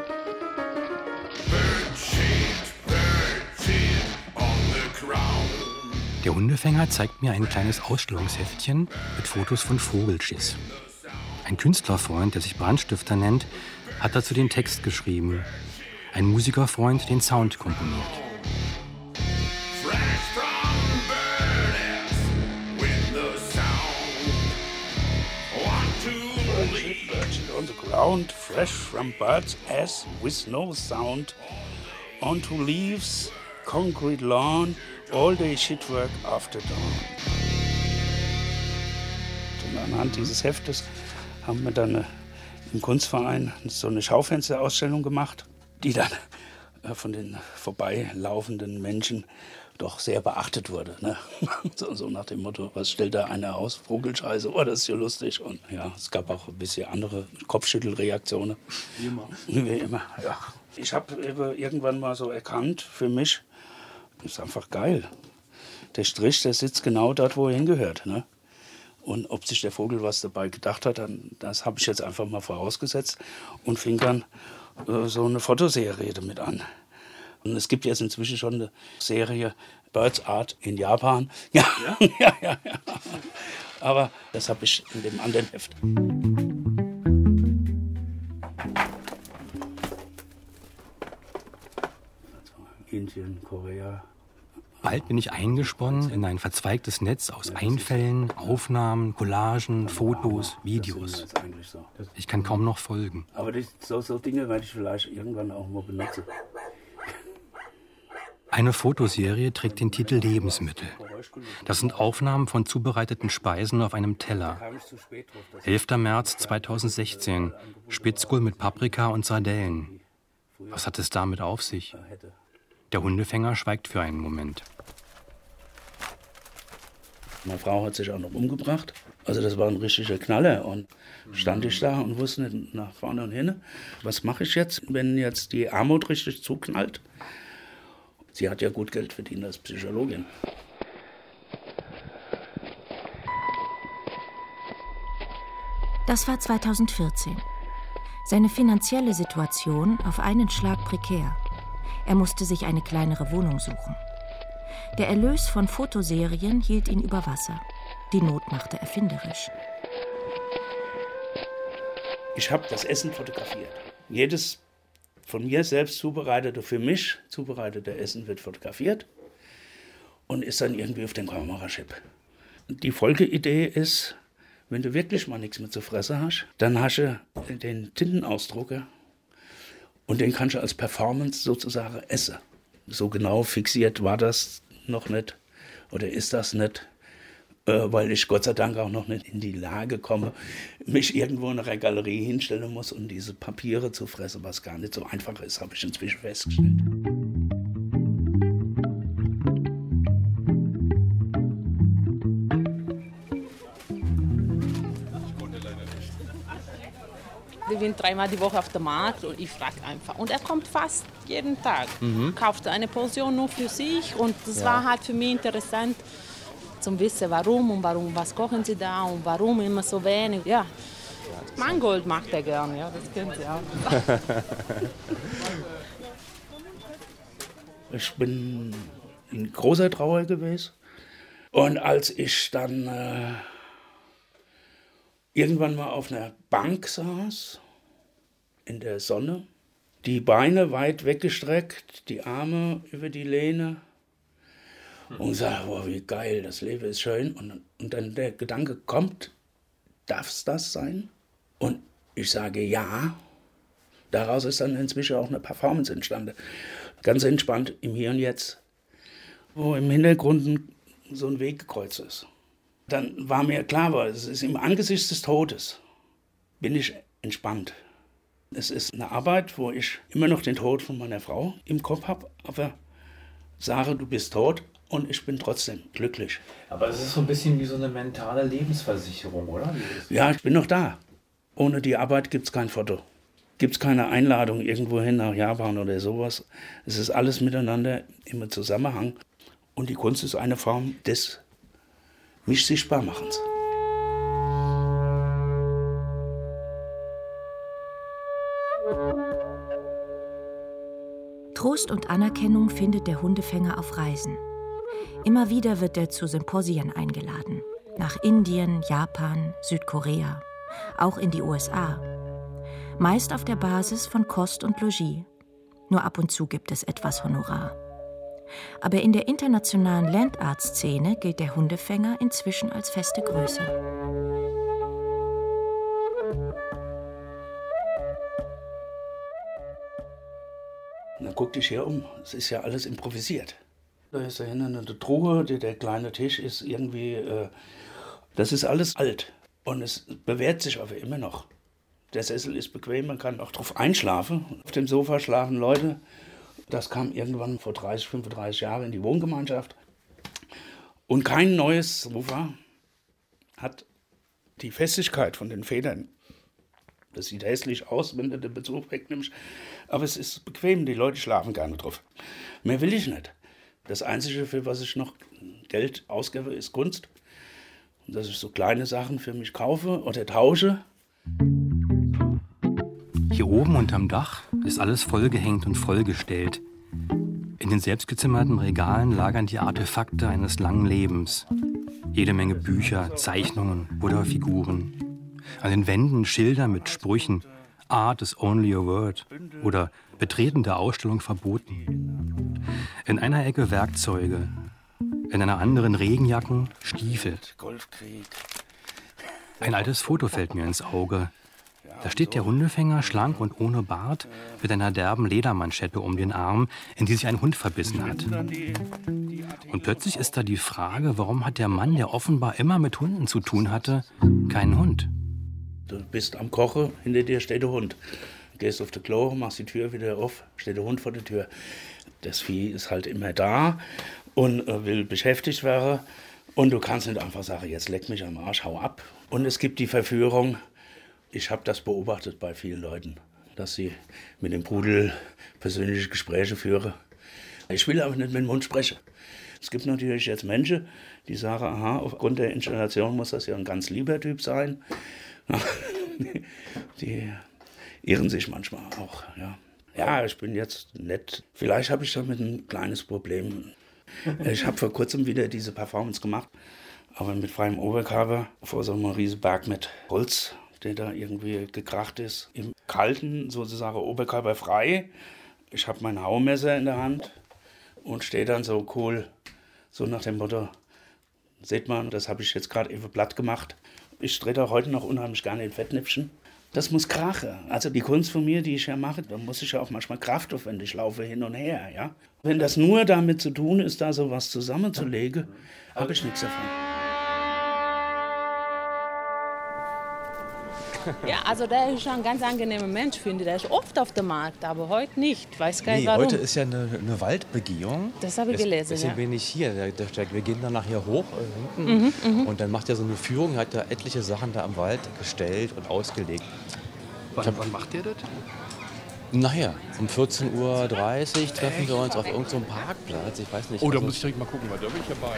Der Hundefänger zeigt mir ein kleines Ausstellungsheftchen mit Fotos von Vogelschiss. Ein Künstlerfreund, der sich Brandstifter nennt, hat dazu den Text geschrieben. Ein Musikerfreund den Sound komponiert. On the ground, fresh from birds' ass with no sound. Onto leaves, concrete lawn, all day shitwork after dawn. Und anhand dieses Heftes haben wir dann im Kunstverein so eine Schaufensterausstellung gemacht, die dann von den vorbeilaufenden Menschen doch sehr beachtet wurde. Ne? So, so nach dem Motto, was stellt da einer aus? Vogelscheiße, oh, das ist ja lustig. Und ja, es gab auch ein bisschen andere Kopfschüttelreaktionen. Wie immer. Wie immer, ja. Ich habe irgendwann mal so erkannt, für mich, das ist einfach geil. Der Strich, der sitzt genau dort, wo er hingehört. Ne? Und ob sich der Vogel was dabei gedacht hat, dann, das habe ich jetzt einfach mal vorausgesetzt und fing dann äh, so eine Fotoserie damit an. Und es gibt jetzt inzwischen schon eine Serie Birds Art in Japan. Ja, ja, ja, ja, ja. Aber das habe ich in dem anderen Heft. Indien, Korea. Bald bin ich eingesponnen in ein verzweigtes Netz aus Einfällen, Aufnahmen, Collagen, Fotos, Videos. Ich kann kaum noch folgen. Aber die, so, so Dinge werde ich vielleicht irgendwann auch mal benutzen. Eine Fotoserie trägt den Titel Lebensmittel. Das sind Aufnahmen von zubereiteten Speisen auf einem Teller. elfter März zweitausendsechzehn. Spitzkohl mit Paprika und Sardellen. Was hat es damit auf sich? Der Hundefänger schweigt für einen Moment. Meine Frau hat sich auch noch umgebracht. Also das war ein richtiger Knaller. Und stand ich da und wusste nicht nach vorne und hin. Was mache ich jetzt, wenn jetzt die Armut richtig zuknallt? Sie hat ja gut Geld verdient als Psychologin. Das war zweitausendvierzehn. Seine finanzielle Situation auf einen Schlag prekär. Er musste sich eine kleinere Wohnung suchen. Der Erlös von Fotoserien hielt ihn über Wasser. Die Not machte erfinderisch. Ich habe das Essen fotografiert. Jedes von mir selbst zubereitete, für mich zubereitete Essen wird fotografiert und ist dann irgendwie auf den Kamerachip. Die Folgeidee ist, wenn du wirklich mal nichts mehr zu fressen hast, dann hast du den Tintenausdrucker und den kannst du als Performance sozusagen essen. So genau fixiert war das noch nicht oder ist das nicht, weil ich Gott sei Dank auch noch nicht in die Lage komme, mich irgendwo in einer Galerie hinstellen muss und diese Papiere zu fressen, was gar nicht so einfach ist, habe ich inzwischen festgestellt. Ich bin dreimal die Woche auf dem Markt und ich frage einfach. Und er kommt fast jeden Tag. Mhm. Kauft eine Portion nur für sich und das Ja. war halt für mich interessant, zum wissen, warum und warum, was kochen sie da und warum immer so wenig. Ja, Mangold mag er gern, ja, das kennen Sie auch. Ich bin in großer Trauer gewesen. Und als ich dann äh, irgendwann mal auf einer Bank saß, in der Sonne, die Beine weit weggestreckt, die Arme über die Lehne, und sage, wow, wie geil, das Leben ist schön. Und, und dann der Gedanke kommt, darf es das sein? Und ich sage ja. Daraus ist dann inzwischen auch eine Performance entstanden. Ganz entspannt im Hier und Jetzt, wo im Hintergrund so ein Weg gekreuzt ist. Dann war mir klar, weil es ist im Angesicht des Todes, bin ich entspannt. Es ist eine Arbeit, wo ich immer noch den Tod von meiner Frau im Kopf habe, aber sage, du bist tot. Und ich bin trotzdem glücklich. Aber es ist so ein bisschen wie so eine mentale Lebensversicherung, oder? Ja, ich bin noch da. Ohne die Arbeit gibt es kein Foto. Gibt es keine Einladung irgendwo hin nach Japan oder sowas. Es ist alles miteinander im Zusammenhang. Und die Kunst ist eine Form des mich sichtbar machens. Trost und Anerkennung findet der Hundefänger auf Reisen. Immer wieder wird er zu Symposien eingeladen. Nach Indien, Japan, Südkorea, auch in die U S A. meist auf der Basis von Kost und Logis. Nur ab und zu gibt es etwas Honorar. Aber in der internationalen Landart-Szene gilt der Hundefänger inzwischen als feste Größe. Dann guck dich hier um. Es ist ja alles improvisiert. Da ist da hinten eine Truhe, der, der kleine Tisch ist irgendwie. Äh, das ist alles alt. Und es bewährt sich aber immer noch. Der Sessel ist bequem, man kann auch drauf einschlafen. Auf dem Sofa schlafen Leute. Das kam irgendwann vor dreißig, fünfunddreißig Jahren in die Wohngemeinschaft. Und kein neues Sofa hat die Festigkeit von den Federn. Das sieht hässlich aus, wenn du den Bezug wegnimmst. Aber es ist bequem, die Leute schlafen gerne drauf. Mehr will ich nicht. Das Einzige, für was ich noch Geld ausgebe, ist Kunst. Und dass ich so kleine Sachen für mich kaufe oder tausche. Hier oben unterm Dach ist alles vollgehängt und vollgestellt. In den selbstgezimmerten Regalen lagern die Artefakte eines langen Lebens. Jede Menge Bücher, Zeichnungen oder Figuren. An den Wänden Schilder mit Sprüchen Art is only a word oder Betreten der Ausstellung verboten. In einer Ecke Werkzeuge, in einer anderen Regenjacken, Stiefel. Ein altes Foto fällt mir ins Auge. Da steht der Hundefänger, schlank und ohne Bart, mit einer derben Ledermanschette um den Arm, in die sich ein Hund verbissen hat. Und plötzlich ist da die Frage, warum hat der Mann, der offenbar immer mit Hunden zu tun hatte, keinen Hund? Du bist am Kochen, hinter dir steht der Hund. Du gehst auf das Klo, machst die Tür wieder auf, steht der Hund vor der Tür. Das Vieh ist halt immer da und will beschäftigt werden. Und du kannst nicht einfach sagen, jetzt leck mich am Arsch, hau ab. Und es gibt die Verführung, ich habe das beobachtet bei vielen Leuten, dass sie mit dem Pudel persönliche Gespräche führen. Ich will aber nicht mit dem Hund sprechen. Es gibt natürlich jetzt Menschen, die sagen, aha, aufgrund der Installation muss das ja ein ganz lieber Typ sein. Die irren sich manchmal auch, ja. Ja, ich bin jetzt nett. Vielleicht habe ich damit ein kleines Problem. Ich habe vor kurzem wieder diese Performance gemacht, aber mit freiem Oberkörper vor so einem riesen Berg mit Holz, der da irgendwie gekracht ist. Im Kalten sozusagen oberkörperfrei. Ich habe mein Haumesser in der Hand und stehe dann so cool, so nach dem Motto, seht man, das habe ich jetzt gerade eben platt gemacht. Ich trete heute noch unheimlich gerne in Fettnäpfchen. Das muss krachen. Also die Kunst von mir, die ich ja mache, da muss ich ja auch manchmal Kraft aufwenden. Ich laufe hin und her, ja. Wenn das nur damit zu tun ist, da so was zusammenzulegen, habe ich nichts davon. Ja, also der ist schon ein ganz angenehmer Mensch, finde ich. Der ist oft auf dem Markt, aber heute nicht. Ich weiß gar nicht, nee, warum. Heute ist ja eine, eine Waldbegehung. Das habe ich gelesen, Deswegen ja. bin ich hier. Der, der, wir gehen dann nachher hoch äh, hinten Mhm, mhm. und dann macht er so eine Führung, hat da etliche Sachen da am Wald gestellt und ausgelegt. Wann, wann macht ihr das? Nachher, um vierzehn Uhr dreißig treffen wir uns auf irgendeinem Parkplatz. Ich weiß nicht. Oh, da also muss ich direkt mal gucken, weil da bin ich dabei.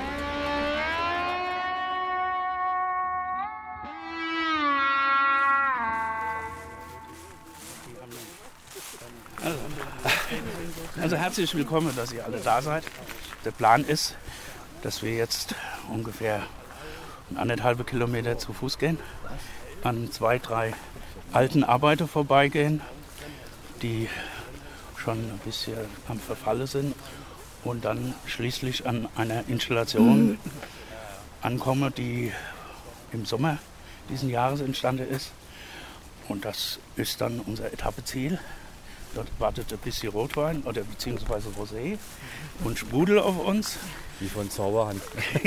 Also herzlich willkommen, dass ihr alle da seid. Der Plan ist, dass wir jetzt ungefähr anderthalb Kilometer zu Fuß gehen, an zwei, drei alten Arbeiter vorbeigehen, die schon ein bisschen am Verfalle sind und dann schließlich an einer Installation ankommen, die im Sommer diesen Jahres entstanden ist. Und das ist dann unser Etappeziel. Dort wartet ein bisschen Rotwein oder beziehungsweise Rosé und Sprudel auf uns. Wie von Zauberhand.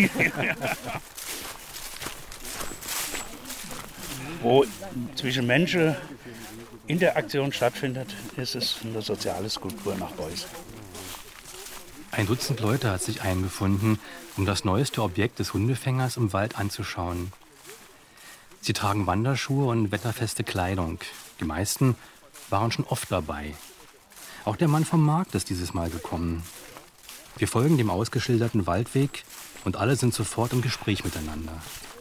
Wo zwischen Menschen Interaktion stattfindet, ist es eine soziale Skulptur nach Beuys. Ein Dutzend Leute hat sich eingefunden, um das neueste Objekt des Hundefängers im Wald anzuschauen. Sie tragen Wanderschuhe und wetterfeste Kleidung. Die meisten waren schon oft dabei. Auch der Mann vom Markt ist dieses Mal gekommen. Wir folgen dem ausgeschilderten Waldweg und alle sind sofort im Gespräch miteinander.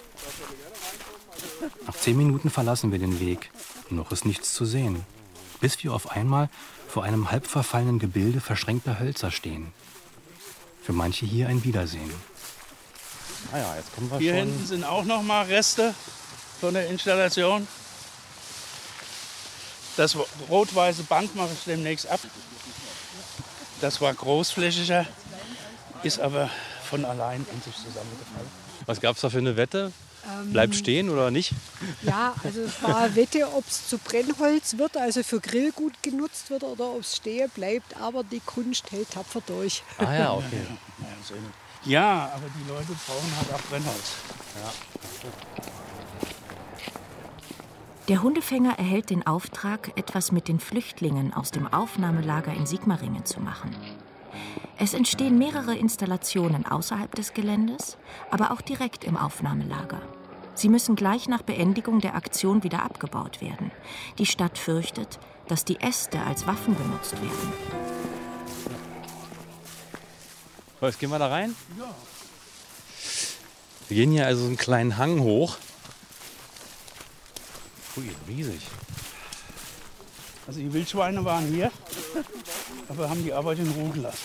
Nach zehn Minuten verlassen wir den Weg. Noch ist nichts zu sehen. Bis wir auf einmal vor einem halb verfallenen Gebilde verschränkter Hölzer stehen. Für manche hier ein Wiedersehen. Naja, jetzt kommen wir Hier schon. hinten sind auch noch mal Reste von der Installation. Das rot-weiße Band mache ich demnächst ab. Das war großflächiger, ist aber von allein in sich zusammengefallen. Was gab es da für eine Wette? Ähm, Bleibt stehen oder nicht? Ja, also es war eine Wette, ob es zu Brennholz wird, also für Grillgut genutzt wird oder ob es stehen bleibt. Aber die Kunst hält tapfer durch. Ah ja, okay. Ja, aber die Leute brauchen halt auch Brennholz. Ja. Der Hundefänger erhält den Auftrag, etwas mit den Flüchtlingen aus dem Aufnahmelager in Sigmaringen zu machen. Es entstehen mehrere Installationen außerhalb des Geländes, aber auch direkt im Aufnahmelager. Sie müssen gleich nach Beendigung der Aktion wieder abgebaut werden. Die Stadt fürchtet, dass die Äste als Waffen benutzt werden. So, jetzt gehen wir da rein. Wir gehen hier also einen kleinen Hang hoch. Ui, riesig. Also die Wildschweine waren hier, aber haben die Arbeit in Ruhe gelassen.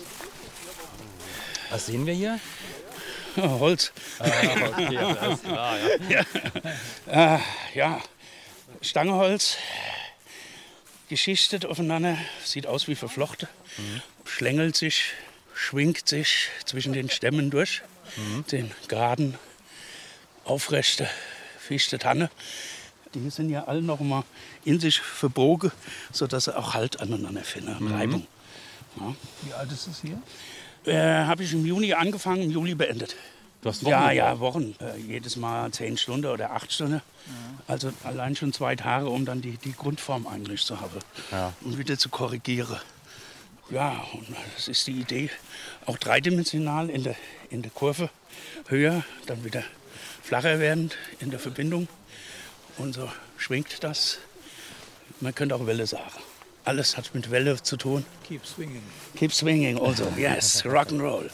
Was sehen wir hier? Ja, Holz. Ah, okay, alles klar, ja. Ja. Äh, ja, Stangeholz, geschichtet aufeinander, sieht aus wie verflochten, mhm. schlängelt sich, schwingt sich zwischen den Stämmen durch, mhm. den geraden, aufrechte Fichte, Tanne. Die sind ja alle noch mal in sich verbogen, sodass sie auch Halt aneinander finden, mhm. Reibung. Ja. Wie alt ist es hier? Äh, habe ich im Juni angefangen, im Juli beendet. Du hast Wochen Ja, gebraucht? ja, Wochen. Äh, jedes Mal zehn Stunden oder acht Stunden. Ja. Also allein schon zwei Tage, um dann die, die Grundform eigentlich zu haben. Ja. Und wieder zu korrigieren. Ja, und das ist die Idee. Auch dreidimensional in der, in der Kurve. Höher, dann wieder flacher werdend in der Verbindung. Und so schwingt das. Man könnte auch Welle sagen. Alles hat mit Welle zu tun. Keep swinging. Keep swinging also, yes, rock'n'roll.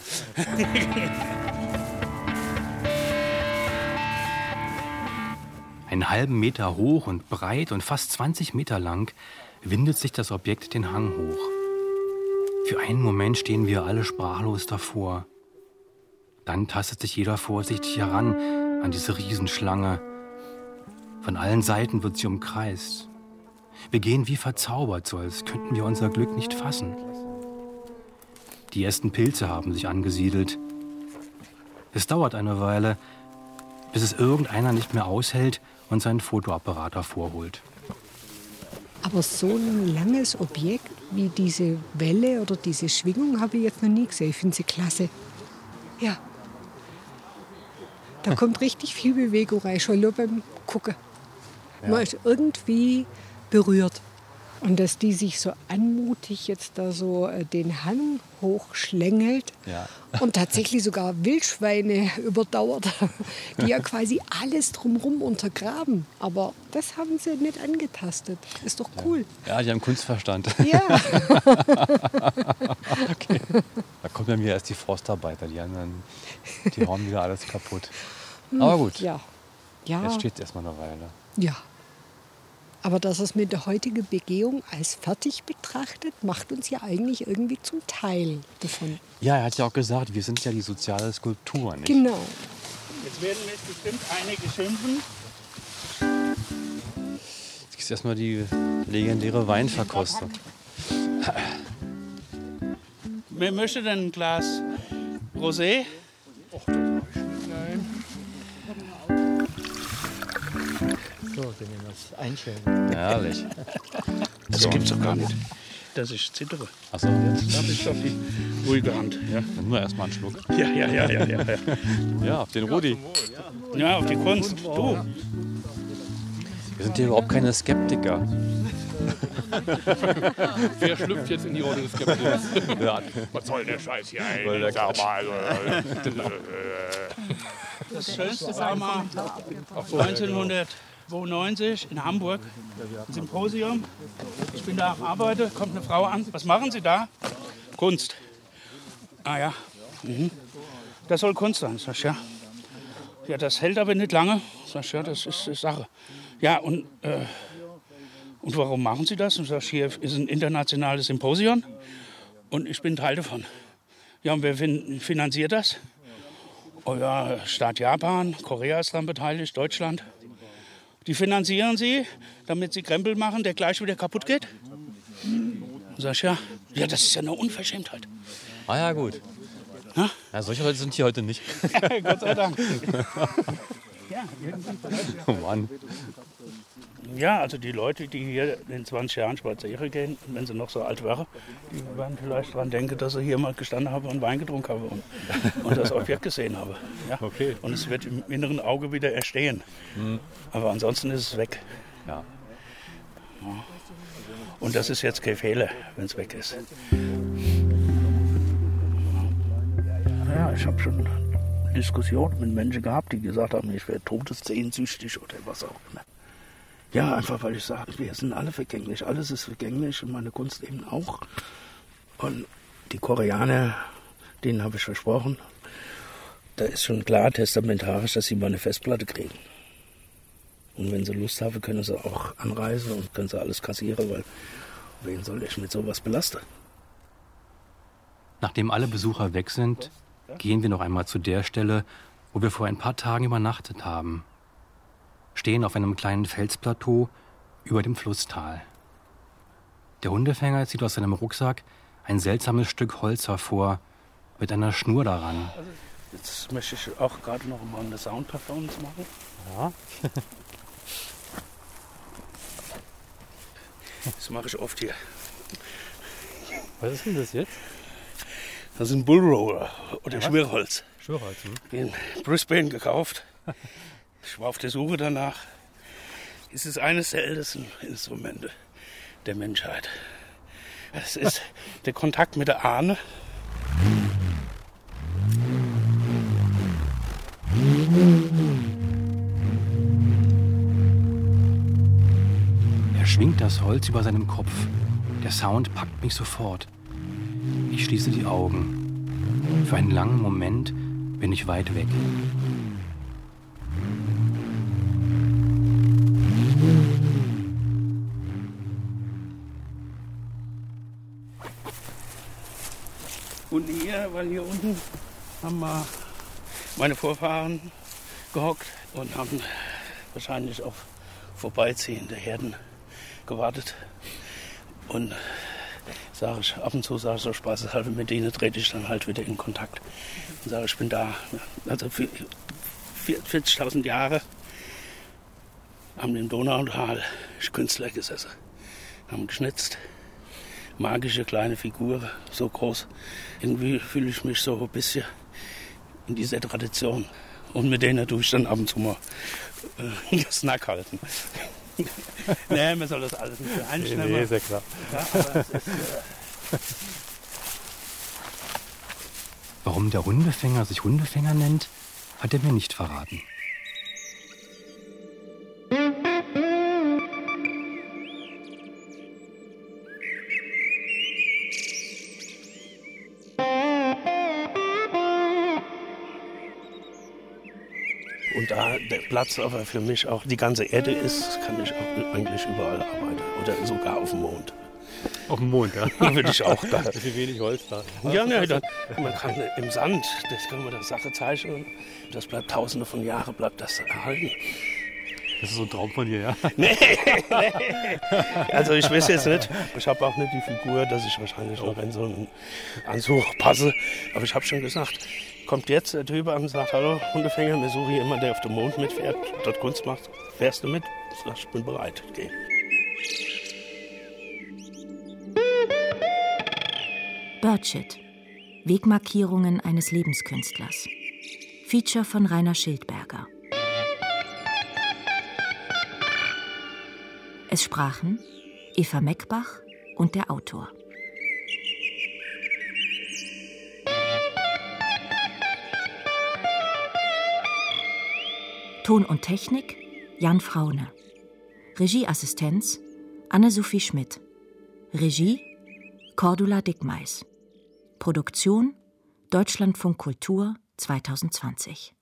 Einen halben Meter hoch und breit und fast zwanzig Meter lang windet sich das Objekt den Hang hoch. Für einen Moment stehen wir alle sprachlos davor. Dann tastet sich jeder vorsichtig heran an diese Riesenschlange. Von allen Seiten wird sie umkreist. Wir gehen wie verzaubert, so als könnten wir unser Glück nicht fassen. Die ersten Pilze haben sich angesiedelt. Es dauert eine Weile, bis es irgendeiner nicht mehr aushält und seinen Fotoapparat hervorholt. Aber so ein langes Objekt wie diese Welle oder diese Schwingung habe ich jetzt noch nie gesehen. Ich finde sie klasse. Ja. Da kommt richtig viel Bewegung rein, schon nur beim Gucken. Ja. Man ist irgendwie berührt. Und dass die sich so anmutig jetzt da so den Hang hochschlängelt Ja. und tatsächlich sogar Wildschweine überdauert, die ja quasi alles drumherum untergraben. Aber das haben sie nicht angetastet. Ist doch cool. Ja, die haben Kunstverstand. Ja. Okay. Da kommen dann wieder erst die Forstarbeiter, die, haben dann, die hauen wieder alles kaputt. Aber gut, Ja. Ja. jetzt steht es erstmal eine Weile. Ja. Aber dass es mit der heutigen Begehung als fertig betrachtet, macht uns ja eigentlich irgendwie zum Teil davon. Ja, er hat ja auch gesagt, wir sind ja die soziale Skulptur, nicht? Genau. Jetzt werden mich bestimmt einige schimpfen. Jetzt gibt es erstmal die legendäre Weinverkostung. Wer möchte denn ein Glas Rosé? So, wenn wir das einschenken. Herrlich. Das So. gibt's doch gar nicht. Dass ich zittere. Achso. Jetzt darf ich doch die ruhige Hand. Ja, Dann nur erstmal einen Schluck. ja, ja, ja, ja, ja. Ja, auf den Rudi. Ja, auf die Kunst. Du. Wir sind hier überhaupt keine Skeptiker. Wer schlüpft jetzt in die Rolle des Skeptikers? Ja. Was soll der Scheiß hier Soll der eigentlich? Sag mal, also, Das Schönste war mal neunzehnhundertzweiundneunzig in Hamburg, ein Symposium. Ich bin da am Arbeiten, kommt eine Frau an. Was machen Sie da? Kunst. Ah ja, mhm. Das soll Kunst sein, sag ich, ja. Ja, das hält aber nicht lange. Sag ich, ja, das ist die Sache. Ja, und, äh, und warum machen Sie das? Und sag ich, hier ist ein internationales Symposium und ich bin Teil davon. Ja, und wer fin finanziert das? Oh ja, Staat Japan, Korea ist daran beteiligt, Deutschland. Die finanzieren sie, damit sie Krempel machen, der gleich wieder kaputt geht. Dann sag ich, ja, ja, das ist ja eine Unverschämtheit. Ah ja, gut. Na? Ja, solche Leute sind hier heute nicht. Gott sei Dank. Oh Mann. Ja, also die Leute, die hier in zwanzig Jahren spazieren gehen, wenn sie noch so alt wären, die werden vielleicht daran denken, dass sie hier mal gestanden haben und Wein getrunken haben und, und das Objekt gesehen haben. Ja? Okay. Und es wird im inneren Auge wieder erstehen. Mhm. Aber ansonsten ist es weg. Ja. Ja. Und das ist jetzt kein Fehler, wenn es weg ist. Ja, ich habe schon Diskussionen mit Menschen gehabt, die gesagt haben, ich wäre todessehnsüchtig oder was auch immer. Ja, einfach weil ich sage, wir sind alle vergänglich, alles ist vergänglich und meine Kunst eben auch. Und die Koreaner, denen habe ich versprochen, da ist schon klar testamentarisch, dass sie mal eine Festplatte kriegen. Und wenn sie Lust haben, können sie auch anreisen und können sie alles kassieren, weil wen soll ich mit sowas belasten? Nachdem alle Besucher weg sind, gehen wir noch einmal zu der Stelle, wo wir vor ein paar Tagen übernachtet haben. Stehen auf einem kleinen Felsplateau über dem Flusstal. Der Hundefänger zieht aus seinem Rucksack ein seltsames Stück Holz hervor, mit einer Schnur daran. Also jetzt möchte ich auch gerade noch mal eine Soundperformance machen. Ja. Das mache ich oft hier. Was ist denn das jetzt? Das ist ein Bullroller oder Ja, Schwirrholz. Schwirrholz, hm? In Brisbane gekauft. Ich war auf der Suche danach. Es ist eines der ältesten Instrumente der Menschheit. Es ist der Kontakt mit der Ahne. Er schwingt das Holz über seinem Kopf. Der Sound packt mich sofort. Ich schließe die Augen. Für einen langen Moment bin ich weit weg. Und hier, weil hier unten haben wir meine Vorfahren gehockt und haben wahrscheinlich auf vorbeiziehende Herden gewartet. Und sage ich, ab und zu sage ich so spaßeshalber, mit denen trete ich dann halt wieder in Kontakt. Und sage, ich bin da. Also vierzigtausend Jahre haben im Donautal Künstler gesessen, haben geschnitzt. Magische kleine Figur, so groß. Irgendwie fühle ich mich so ein bisschen in dieser Tradition. Und mit denen tue ich dann ab und zu mal äh, Snack halten. Nee, man soll das alles nicht für einstellen. Nee, ist ja klar. Ja, aber es ist, äh Warum der Hundefänger sich Hundefänger nennt, hat er mir nicht verraten. Und da der Platz aber für mich auch die ganze Erde ist, kann ich auch eigentlich überall arbeiten. Oder sogar auf dem Mond. Auf dem Mond, ja. Da würde ich auch da. Da ist wenig Holz da. Ja, ne, dann, man kann im Sand, das kann man der Sache zeichnen. Das bleibt tausende von Jahren, bleibt das erhalten. Das ist so ein Traum von dir, ja? Nee, nee. Also ich weiß jetzt nicht, ich habe auch nicht die Figur, dass ich wahrscheinlich noch in so einen Anzug passe. Aber ich habe schon gesagt, kommt jetzt der Typ an und sagt, hallo Hundefänger, mir suche hier jemand, der auf dem Mond mitfährt, dort Kunst macht. Fährst du mit? Ich sag, ich bin bereit, geh. Birdshit. Wegmarkierungen eines Lebenskünstlers. Feature von Rainer Schildberger. Es sprachen Eva Meckbach und der Autor. Ton und Technik Jan Fraune. Regieassistenz Anne-Sophie Schmidt. Regie Cordula Dickmeis. Produktion Deutschlandfunk Kultur zwanzig zwanzig.